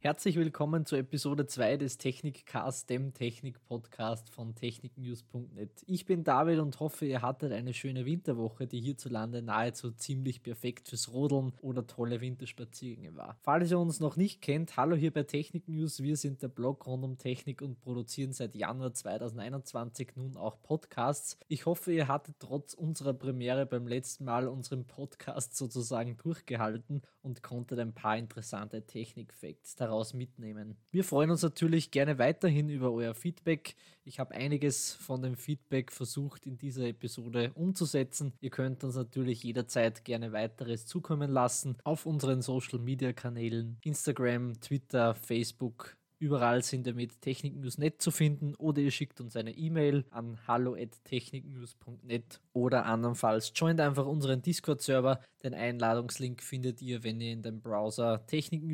Herzlich willkommen zur Episode 2 des Technikcast, dem Technik-Podcast von techniknews.net. Ich bin David und hoffe, ihr hattet eine schöne Winterwoche, die hierzulande nahezu ziemlich perfekt fürs Rodeln oder tolle Winterspaziergänge war. Falls ihr uns noch nicht kennt, hallo hier bei Technik News. Wir sind der Blog rund um Technik und produzieren seit Januar 2021 nun auch Podcasts. Ich hoffe, ihr hattet trotz unserer Premiere beim letzten Mal unseren Podcast sozusagen durchgehalten und konntet ein paar interessante Technik-Facts daraus mitnehmen. Wir freuen uns natürlich gerne weiterhin über euer Feedback. Ich habe einiges von dem Feedback versucht in dieser Episode umzusetzen. Ihr könnt uns natürlich jederzeit gerne weiteres zukommen lassen auf unseren Social Media Kanälen Instagram, Twitter, Facebook. Überall sind wir mit techniknews.net zu finden oder ihr schickt uns eine E-Mail an hallo@techniknews.net oder andernfalls joint einfach unseren Discord-Server. Den Einladungslink findet ihr, wenn ihr in den Browser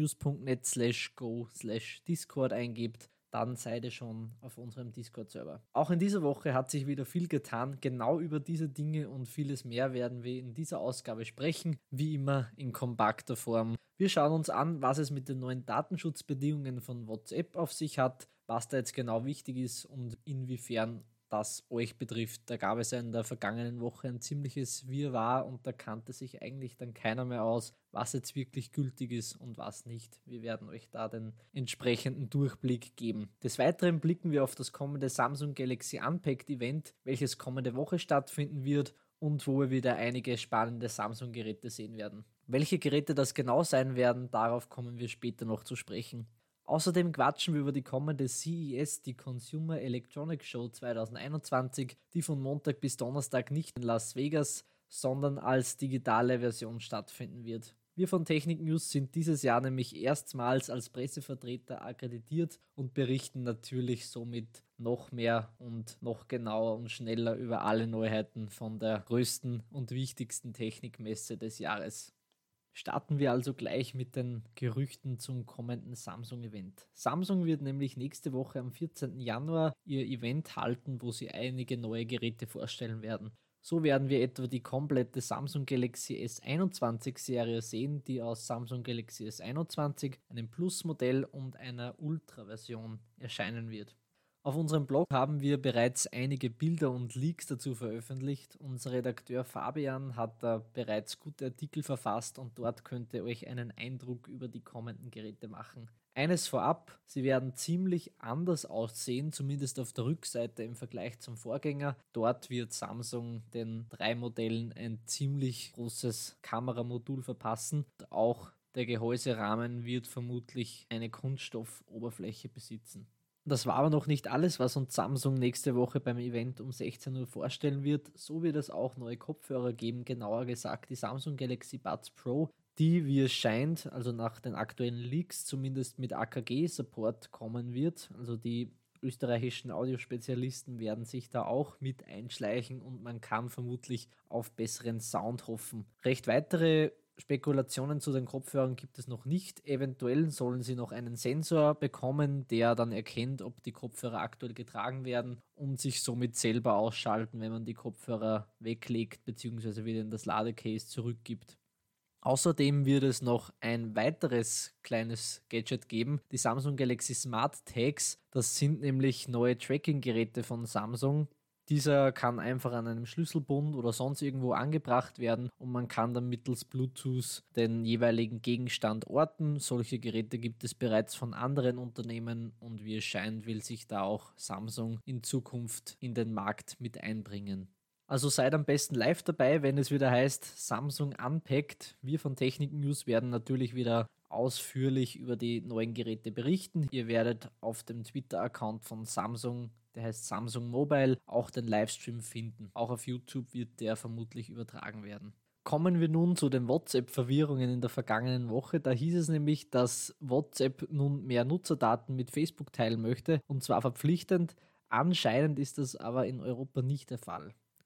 techniknews.net/go/discord eingebt. Dann seid ihr schon auf unserem Discord-Server. Auch in dieser Woche hat sich wieder viel getan. Genau über diese Dinge und vieles mehr werden wir in dieser Ausgabe sprechen, wie immer in kompakter Form. Wir schauen uns an, was es mit den neuen Datenschutzbedingungen von WhatsApp auf sich hat, was da jetzt genau wichtig ist und inwiefern das euch betrifft. Da gab es ja in der vergangenen Woche ein ziemliches Wirrwarr und da kannte sich eigentlich dann keiner mehr aus, was jetzt wirklich gültig ist und was nicht. Wir werden euch da den entsprechenden Durchblick geben. Des Weiteren blicken wir auf das kommende Samsung Galaxy Unpacked Event, welches kommende Woche stattfinden wird und wo wir wieder einige spannende Samsung-Geräte sehen werden. Welche Geräte das genau sein werden, darauf kommen wir später noch zu sprechen. Außerdem quatschen wir über die kommende CES, die Consumer Electronics Show 2021, die von Montag bis Donnerstag nicht in Las Vegas, sondern als digitale Version stattfinden wird. Wir von Technik News sind dieses Jahr nämlich erstmals als Pressevertreter akkreditiert und berichten natürlich somit noch mehr und noch genauer und schneller über alle Neuheiten von der größten und wichtigsten Technikmesse des Jahres. Starten wir also gleich mit den Gerüchten zum kommenden Samsung-Event. Samsung wird nämlich nächste Woche am 14. Januar ihr Event halten, wo sie einige neue Geräte vorstellen werden. So werden wir etwa die komplette Samsung Galaxy S21-Serie sehen, die aus Samsung Galaxy S21, einem Plus-Modell und einer Ultra-Version erscheinen wird. Auf unserem Blog haben wir bereits einige Bilder und Leaks dazu veröffentlicht. Unser Redakteur Fabian hat da bereits gute Artikel verfasst und dort könnt ihr euch einen Eindruck über die kommenden Geräte machen. Eines vorab, sie werden ziemlich anders aussehen, zumindest auf der Rückseite im Vergleich zum Vorgänger. Dort wird Samsung den 3 Modellen ein ziemlich großes Kameramodul verpassen. Auch der Gehäuserahmen wird vermutlich eine Kunststoffoberfläche besitzen. Das war aber noch nicht alles, was uns Samsung nächste Woche beim Event um 16 Uhr vorstellen wird. So wird es auch neue Kopfhörer geben, genauer gesagt die Samsung Galaxy Buds Pro, die, wie es scheint, also nach den aktuellen Leaks zumindest mit AKG-Support kommen wird. Also die österreichischen Audiospezialisten werden sich da auch mit einschleichen und man kann vermutlich auf besseren Sound hoffen. Recht weitere Spekulationen zu den Kopfhörern gibt es noch nicht. Eventuell sollen sie noch einen Sensor bekommen, der dann erkennt, ob die Kopfhörer aktuell getragen werden und sich somit selber ausschalten, wenn man die Kopfhörer weglegt bzw. wieder in das Ladecase zurückgibt. Außerdem wird es noch ein weiteres kleines Gadget geben, die Samsung Galaxy Smart Tags. Das sind nämlich neue Tracking-Geräte von Samsung. Dieser kann einfach an einem Schlüsselbund oder sonst irgendwo angebracht werden und man kann dann mittels Bluetooth den jeweiligen Gegenstand orten. Solche Geräte gibt es bereits von anderen Unternehmen und wie es scheint, will sich da auch Samsung in Zukunft in den Markt mit einbringen. Also seid am besten live dabei, wenn es wieder heißt Samsung Unpacked. Wir von Technik News werden natürlich wieder ausführlich über die neuen Geräte berichten. Ihr werdet auf dem Twitter-Account von Samsung, der heißt Samsung Mobile, auch den Livestream finden. Auch auf YouTube wird der vermutlich übertragen werden. Kommen wir nun zu den WhatsApp-Verwirrungen in der vergangenen Woche. Da hieß es nämlich, dass WhatsApp nun mehr Nutzerdaten mit Facebook teilen möchte und zwar verpflichtend. Anscheinend ist das aber in Europa nicht der Fall.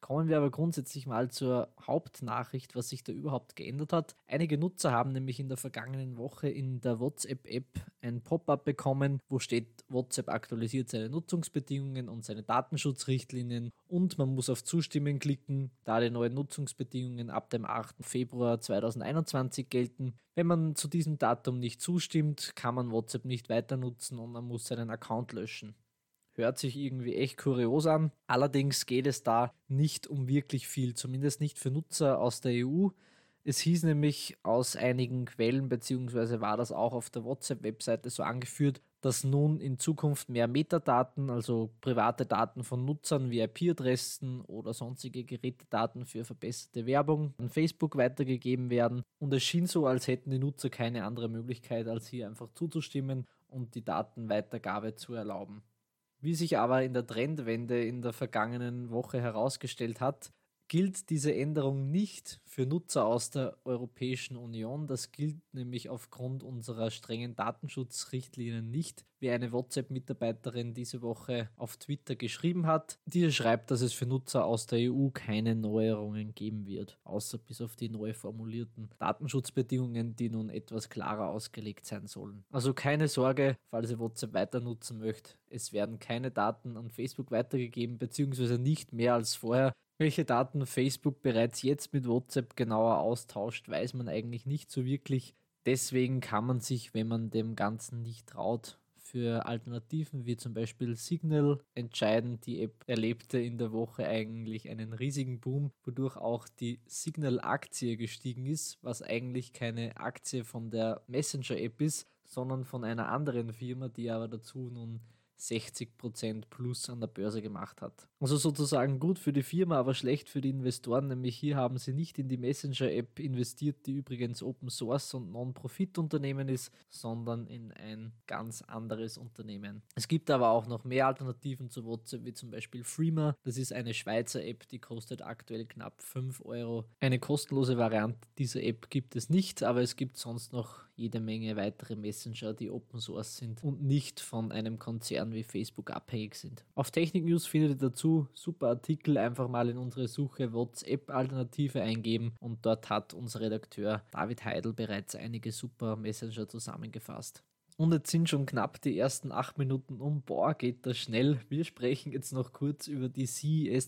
Kommen wir aber grundsätzlich mal zur Hauptnachricht, was sich da überhaupt geändert hat. Einige Nutzer haben nämlich in der vergangenen Woche in der WhatsApp-App ein Pop-up bekommen, wo steht, WhatsApp aktualisiert seine Nutzungsbedingungen und seine Datenschutzrichtlinien und man muss auf Zustimmen klicken, da die neuen Nutzungsbedingungen ab dem 8. Februar 2021 gelten. Wenn man zu diesem Datum nicht zustimmt, kann man WhatsApp nicht weiter nutzen und man muss seinen Account löschen. Hört sich irgendwie echt kurios an. Allerdings geht es da nicht um wirklich viel, zumindest nicht für Nutzer aus der EU. Es hieß nämlich aus einigen Quellen, beziehungsweise war das auch auf der WhatsApp-Webseite so angeführt, dass nun in Zukunft mehr Metadaten, also private Daten von Nutzern wie IP-Adressen oder sonstige Gerätedaten für verbesserte Werbung an Facebook weitergegeben werden. Und es schien so, als hätten die Nutzer keine andere Möglichkeit, als hier einfach zuzustimmen und die Datenweitergabe zu erlauben. Wie sich aber in der Trendwende in der vergangenen Woche herausgestellt hat, gilt diese Änderung nicht für Nutzer aus der Europäischen Union. Das gilt nämlich aufgrund unserer strengen Datenschutzrichtlinien nicht, wie eine WhatsApp-Mitarbeiterin diese Woche auf Twitter geschrieben hat. Die schreibt, dass es für Nutzer aus der EU keine Neuerungen geben wird, außer bis auf die neu formulierten Datenschutzbedingungen, die nun etwas klarer ausgelegt sein sollen. Also keine Sorge, falls ihr WhatsApp weiter nutzen möchtet. Es werden keine Daten an Facebook weitergegeben, beziehungsweise nicht mehr als vorher. Welche Daten Facebook bereits jetzt mit WhatsApp genauer austauscht, weiß man eigentlich nicht so wirklich. Deswegen kann man sich, wenn man dem Ganzen nicht traut, für Alternativen wie zum Beispiel Signal entscheiden. Die App erlebte in der Woche eigentlich einen riesigen Boom, wodurch auch die Signal-Aktie gestiegen ist, was eigentlich keine Aktie von der Messenger-App ist, sondern von einer anderen Firma, die aber dazu nun 60% plus an der Börse gemacht hat. Also sozusagen gut für die Firma, aber schlecht für die Investoren, nämlich hier haben sie nicht in die Messenger-App investiert, die übrigens Open Source und Non-Profit-Unternehmen ist, sondern in ein ganz anderes Unternehmen. Es gibt aber auch noch mehr Alternativen zu WhatsApp, wie zum Beispiel Threema. Das ist eine Schweizer App, die kostet aktuell knapp 5 Euro. Eine kostenlose Variante dieser App gibt es nicht, aber es gibt sonst noch jede Menge weitere Messenger, die Open Source sind und nicht von einem Konzern wie Facebook abhängig sind. Auf Technik News findet ihr dazu super Artikel, einfach mal in unsere Suche WhatsApp-Alternative eingeben und dort hat unser Redakteur David Heidel bereits einige super Messenger zusammengefasst. Und jetzt sind schon knapp die ersten 8 Minuten um. Boah, geht das schnell. Wir sprechen jetzt noch kurz über die CES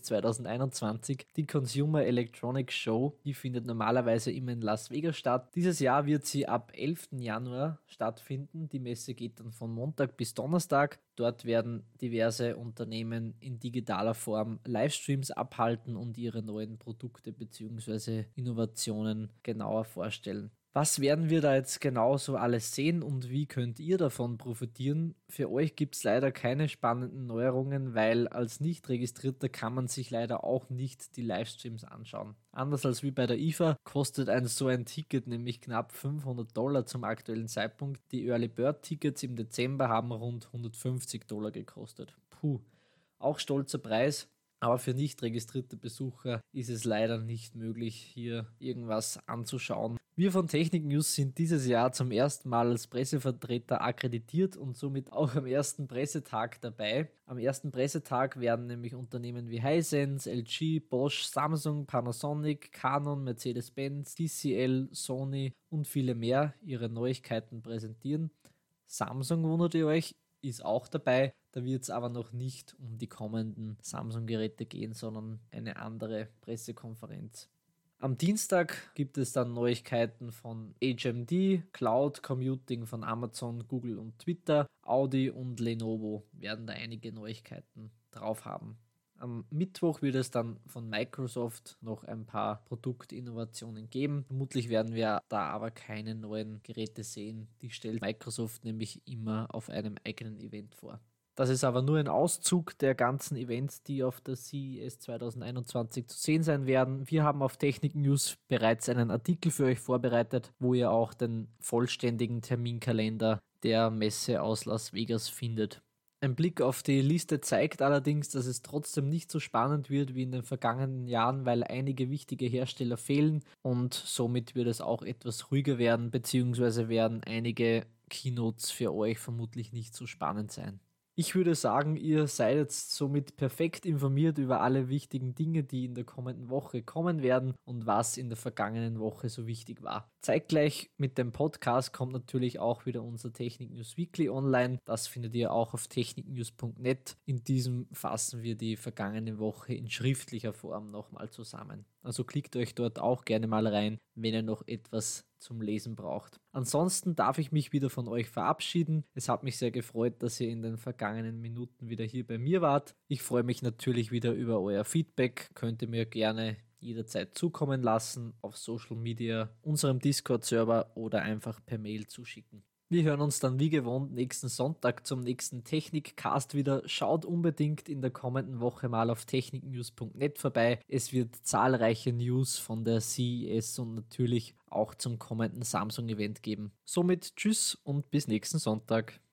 2021, die Consumer Electronics Show. Die findet normalerweise immer in Las Vegas statt. Dieses Jahr wird sie ab 11. Januar stattfinden. Die Messe geht dann von Montag bis Donnerstag. Dort werden diverse Unternehmen in digitaler Form Livestreams abhalten und ihre neuen Produkte bzw. Innovationen genauer vorstellen. Was werden wir da jetzt genau so alles sehen und wie könnt ihr davon profitieren? Für euch gibt es leider keine spannenden Neuerungen, weil als Nicht-Registrierter kann man sich leider auch nicht die Livestreams anschauen. Anders als wie bei der IFA kostet so ein Ticket nämlich knapp $500 zum aktuellen Zeitpunkt. Die Early Bird Tickets im Dezember haben rund $150 gekostet. Puh, auch stolzer Preis. Aber für nicht registrierte Besucher ist es leider nicht möglich, hier irgendwas anzuschauen. Wir von Technik News sind dieses Jahr zum ersten Mal als Pressevertreter akkreditiert und somit auch am ersten Pressetag dabei. Am ersten Pressetag werden nämlich Unternehmen wie Hisense, LG, Bosch, Samsung, Panasonic, Canon, Mercedes-Benz, TCL, Sony und viele mehr ihre Neuigkeiten präsentieren. Samsung, wundert ihr euch, ist auch dabei. Da wird es aber noch nicht um die kommenden Samsung-Geräte gehen, sondern eine andere Pressekonferenz. Am Dienstag gibt es dann Neuigkeiten von HMD, Cloud Computing von Amazon, Google und Twitter, Audi und Lenovo werden da einige Neuigkeiten drauf haben. Am Mittwoch wird es dann von Microsoft noch ein paar Produktinnovationen geben. Vermutlich werden wir da aber keine neuen Geräte sehen. Die stellt Microsoft nämlich immer auf einem eigenen Event vor. Das ist aber nur ein Auszug der ganzen Events, die auf der CES 2021 zu sehen sein werden. Wir haben auf Technik News bereits einen Artikel für euch vorbereitet, wo ihr auch den vollständigen Terminkalender der Messe aus Las Vegas findet. Ein Blick auf die Liste zeigt allerdings, dass es trotzdem nicht so spannend wird wie in den vergangenen Jahren, weil einige wichtige Hersteller fehlen und somit wird es auch etwas ruhiger werden, beziehungsweise werden einige Keynotes für euch vermutlich nicht so spannend sein. Ich würde sagen, ihr seid jetzt somit perfekt informiert über alle wichtigen Dinge, die in der kommenden Woche kommen werden und was in der vergangenen Woche so wichtig war. Zeitgleich mit dem Podcast kommt natürlich auch wieder unser Technik News Weekly online. Das findet ihr auch auf techniknews.net. In diesem fassen wir die vergangene Woche in schriftlicher Form nochmal zusammen. Also klickt euch dort auch gerne mal rein, wenn ihr noch etwas zum Lesen braucht. Ansonsten darf ich mich wieder von euch verabschieden. Es hat mich sehr gefreut, dass ihr in den vergangenen Minuten wieder hier bei mir wart. Ich freue mich natürlich wieder über euer Feedback. Könnt ihr mir gerne jederzeit zukommen lassen auf Social Media, unserem Discord-Server oder einfach per Mail zuschicken. Wir hören uns dann wie gewohnt nächsten Sonntag zum nächsten Technik-Cast wieder. Schaut unbedingt in der kommenden Woche mal auf techniknews.net vorbei. Es wird zahlreiche News von der CES und natürlich auch zum kommenden Samsung-Event geben. Somit tschüss und bis nächsten Sonntag.